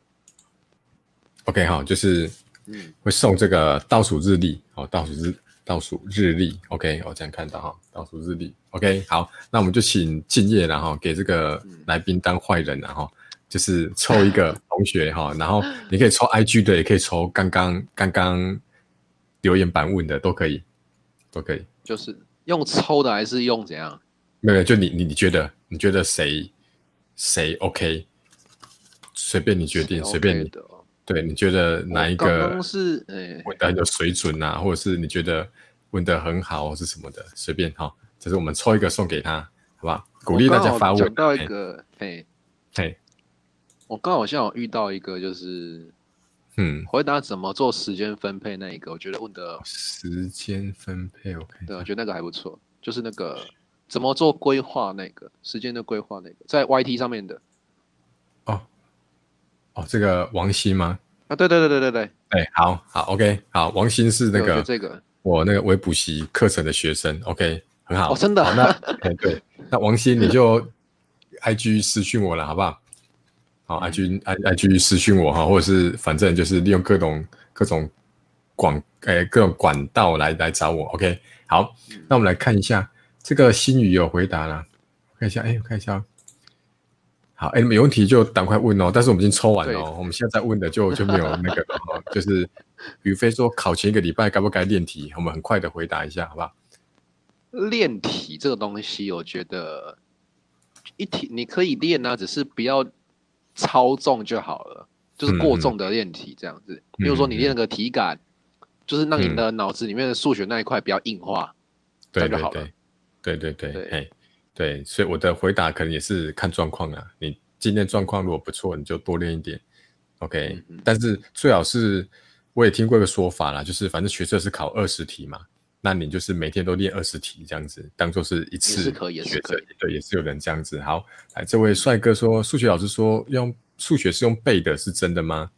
，OK， 好，就是会送这个倒数日历，好，倒数日倒数日历 ，OK， 我这样看到哈，倒数日历 ，OK， 好，那我们就请敬业啦哈，给这个来宾当坏人啦哈，就是抽一个同学哈，然后你可以抽 I G 的，也可以抽刚刚刚刚留言板问的，都可以，都可以。 就是用抽的还是用怎样？ 没有，就你你你觉得你觉得谁谁 OK？随便你决定，随便你。对，你觉得哪一个刚刚是问得很有水准啊，或者是你觉得问得很好，或是什么的，随便哈。这是我们抽一个送给他，好不好？鼓励大家发问。 讲到一个，嘿， 嘿， 我刚好像有遇到一个，就是嗯，回答怎么做时间分配那一个，我觉得问的时间分配 ，OK， 对，我觉得那个还不错，就是那个怎么做规划那个时间的规划那个，在 Y T 上面的。 哦。哦，这个王鑫吗？ 啊，对对对对对对， 哎，好好 ，OK， 好，王鑫是那个这个我那个微补习课程的学生 ，OK， 很好， 哦，真的， 好，那哎对，那王鑫你就 I G 私讯我了，好不好？好 ，I G I I G 私讯我哈，或者是反正就是利用各种各种广哎各种管道来来找我 ，OK， 好，那我们来看一下这个新宇有回答了，看一下，哎，我看一下。好，哎，你们有问题就赶快问哦。但是我们已经抽完了、哦，我们现在在问的就就没有那个，哦、就是宇飞说考前一个礼拜该不该练题，我们很快的回答一下，好不好？ 练题这个东西，我觉得一题你可以练啊，只是不要超重就好了，就是过重的练题这样子。比、嗯、如说你练那个体感，嗯、就是让你的脑子里面的数学那一块不要硬化， 这样就好了。 对对对对，哎。对，所以我的回答可能也是看状况啊。你今天状况如果不错，你就多练一点 ，OK、嗯嗯。但是最好是，我也听过一个说法啦，就是反正学测是考二十题嘛，那你就是每天都练二十题这样子，当做是一次学测。对，也是有人这样子。好，来这位帅哥说，数学老师说用数学是用背的，是真的吗？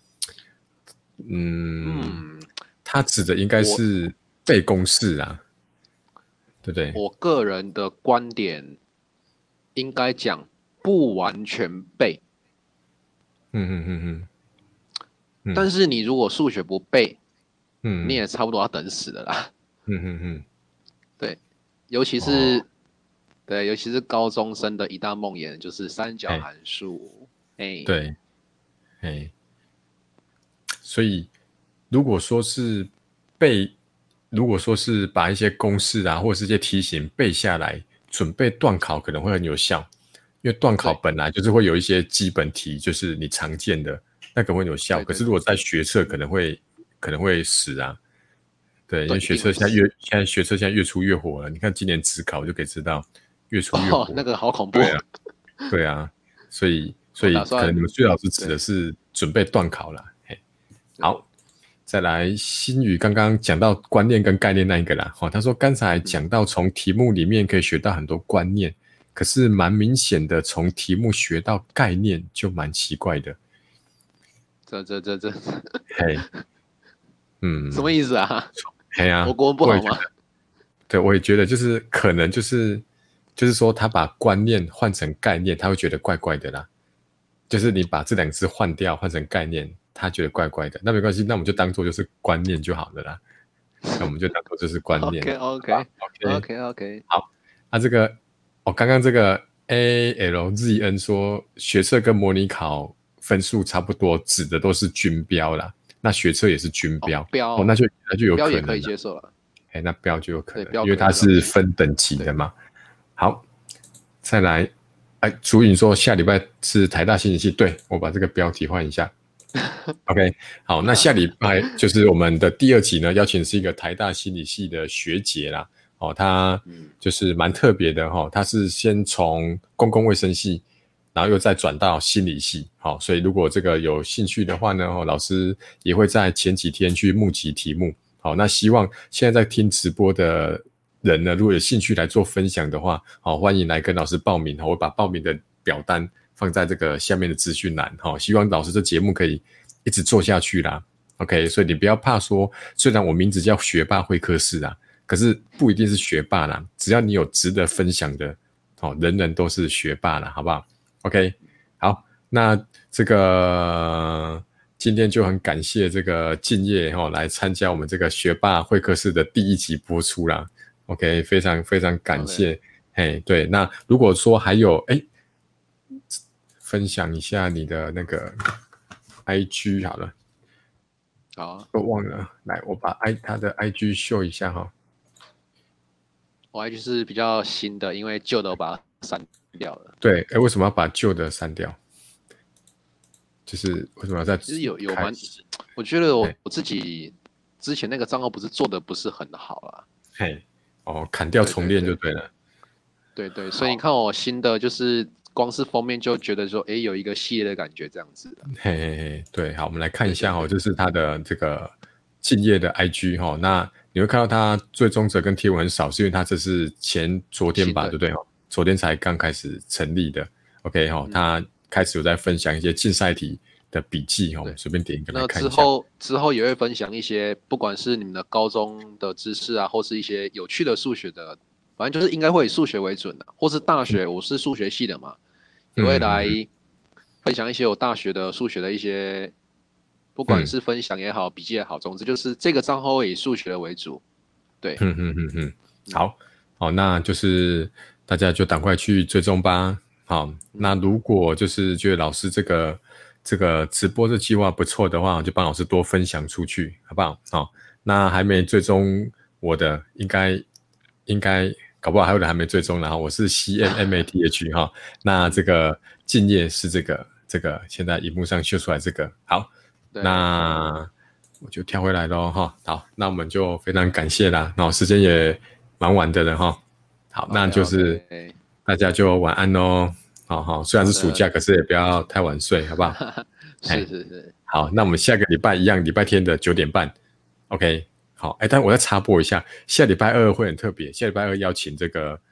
嗯，嗯他指的应该是背公式啊，对不对？ 我个人的观点应该讲不完全背。 嗯嗯嗯嗯。嗯但是你如果数学不背， 嗯， 你也差不多要等死的啦。 嗯嗯嗯， 对，尤其是、 哦、 对，尤其是高中生的一大梦魇就是三角函数。哎， 对，哎，所以如果说是背，如果说是把一些公式啊，或者是一些题型背下来，准备段考可能会很有效，因为段考本来就是会有一些基本题，就是你常见的，那可能会有效。 对对对， 可是如果在学测，可能会可能会死啊。对，因为学测对现在越现在学测现在越出越火了。你看今年指考就可以知道，越出越火。 哦，那个好恐怖。 对啊，对啊，所以所以可能你们最老师指的是准备段考啦。嘿，好，再来新宇刚刚讲到观念跟概念那一个啦。哦，他说刚才讲到从题目里面可以学到很多观念，可是蛮明显的从题目学到概念就蛮奇怪的。 这这这这， 嘿，嗯， 什么意思啊？ 嘿啊， 我国文不好吗？ 对，我也觉得就是可能就是就是说他把观念换成概念，他会觉得怪怪的啦。就是你把这两个字换掉，换成概念，他觉得怪怪的。那没关系，那我们就当做就是观念就好了啦。那我们就当做就是观念。 OK OK OK OK OK。 好，那、啊、这个哦，刚刚这个 A L Z N 说学测跟模拟考分数差不多，指的都是均标啦。那学测也是均标， 哦，标哦，那就那就有可能标也可以接受了。 哎，那标就有可能， 对， 因为它是分等级的嘛。好，再来，哎，朱颖说下礼拜是台大心理系，对，我把这个标题换一下。OK， 好，那下礼拜就是我们的第二集呢，邀请是一个台大心理系的学姐啦。哦，她就是蛮特别的哈、哦，她是先从公共卫生系，然后又再转到心理系。好、哦，所以如果这个有兴趣的话呢，哦，老师也会在前几天去募集题目。好，那希望现在在听直播的人呢，如果有兴趣来做分享的话，好，欢迎来跟老师报名。我会把报名的表单放在这个下面的资讯栏。好，希望老师这节目可以一直做下去啦。OK， 所以你不要怕说，虽然我名字叫学霸会客室啦，可是不一定是学霸啦，只要你有值得分享的，哦，人人都是学霸啦，好不好 ？OK， 好，那这个。今天就很感谢这个敬业哈、哦、来参加我们这个学霸会客室的第一集播出啦。OK， 非常非常感谢。Okay. 嘿，对，那如果说还有哎，分享一下你的那个 I G 好了。 好、啊， 我忘了，来，我把 I 他的 I G 秀一下哈、哦。 我 I G 是比较新的，因为旧的我把它删掉了。 对，哎，为什么要把旧的删掉？就是为什么要在？ 其实有有蛮，我觉得我我自己之前那个账号不是做的不是很好啦。 嘿，哦，砍掉重练就对了。 对 对, 对, 对，所以你看我新的就是光是封面就觉得说，哎，有一个系列的感觉这样子的。 嘿嘿嘿，对，好，我们来看一下哦，这是他的这个敬业的 I G 哈、哦，那你会看到他追踪者跟贴文很少，是因为他这是前昨天吧，对不对？哦，昨天才刚开始成立的。OK 哈、哦，他。开始有在分享一些竞赛题的笔记哈，我们随便点一个来看一下。 那之后之后也会分享一些，不管是你们的高中的知识啊，或是一些有趣的数学的，反正就是应该会以数学为准的，或是大学，我是数学系的嘛，也会来分享一些我大学的数学的一些，不管是分享也好，笔记也好，总之就是这个账号会以数学为主。对， 嗯嗯嗯嗯，好，好，那就是大家就赶快去追踪吧。好，那如果就是觉得老师这个这个直播的计划不错的话，就帮老师多分享出去，好不好？好，那还没追踪我的，应该应该搞不好还有人还没追踪，然后我是 C M M A T H 哈，那这个敬业是这个这个现在荧幕上秀出来这个，好，那我就跳回来咯哈，好，那我们就非常感谢啦，然后时间也蛮晚的了哈，好，那就是。Okay, okay. 大家就晚安哦，好好，虽然是暑假，可是也不要太晚睡，好不好？ 是是是， 好，那我们下个礼拜一样，礼拜天的九点半 ，OK， 好，哎，但我再插播一下，下礼拜二会很特别，下礼拜二邀请这个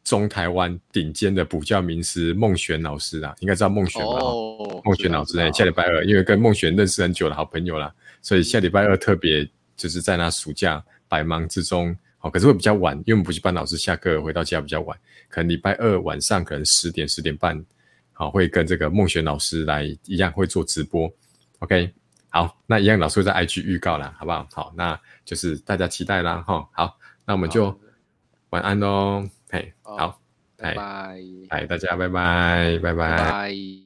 中台湾顶尖的补教名师孟璇老师啊，应该知道孟璇吧？ 哦， 孟璇老师呢，下礼拜二因为跟孟璇认识很久的好朋友啦，所以下礼拜二特别就是在那暑假百忙之中，好，可是会比较晚，因为我们补习班老师下课回到家比较晚，可能礼拜二晚上可能十点十点半，好，会跟这个孟璇老师来一样会做直播 ，OK。好，那一样老师会在 I G 预告啦，好不好？好，那就是大家期待啦，齁。好，那我们就晚安咯，嘿，好， 拜拜， 哎，大家拜拜，拜拜。 拜拜。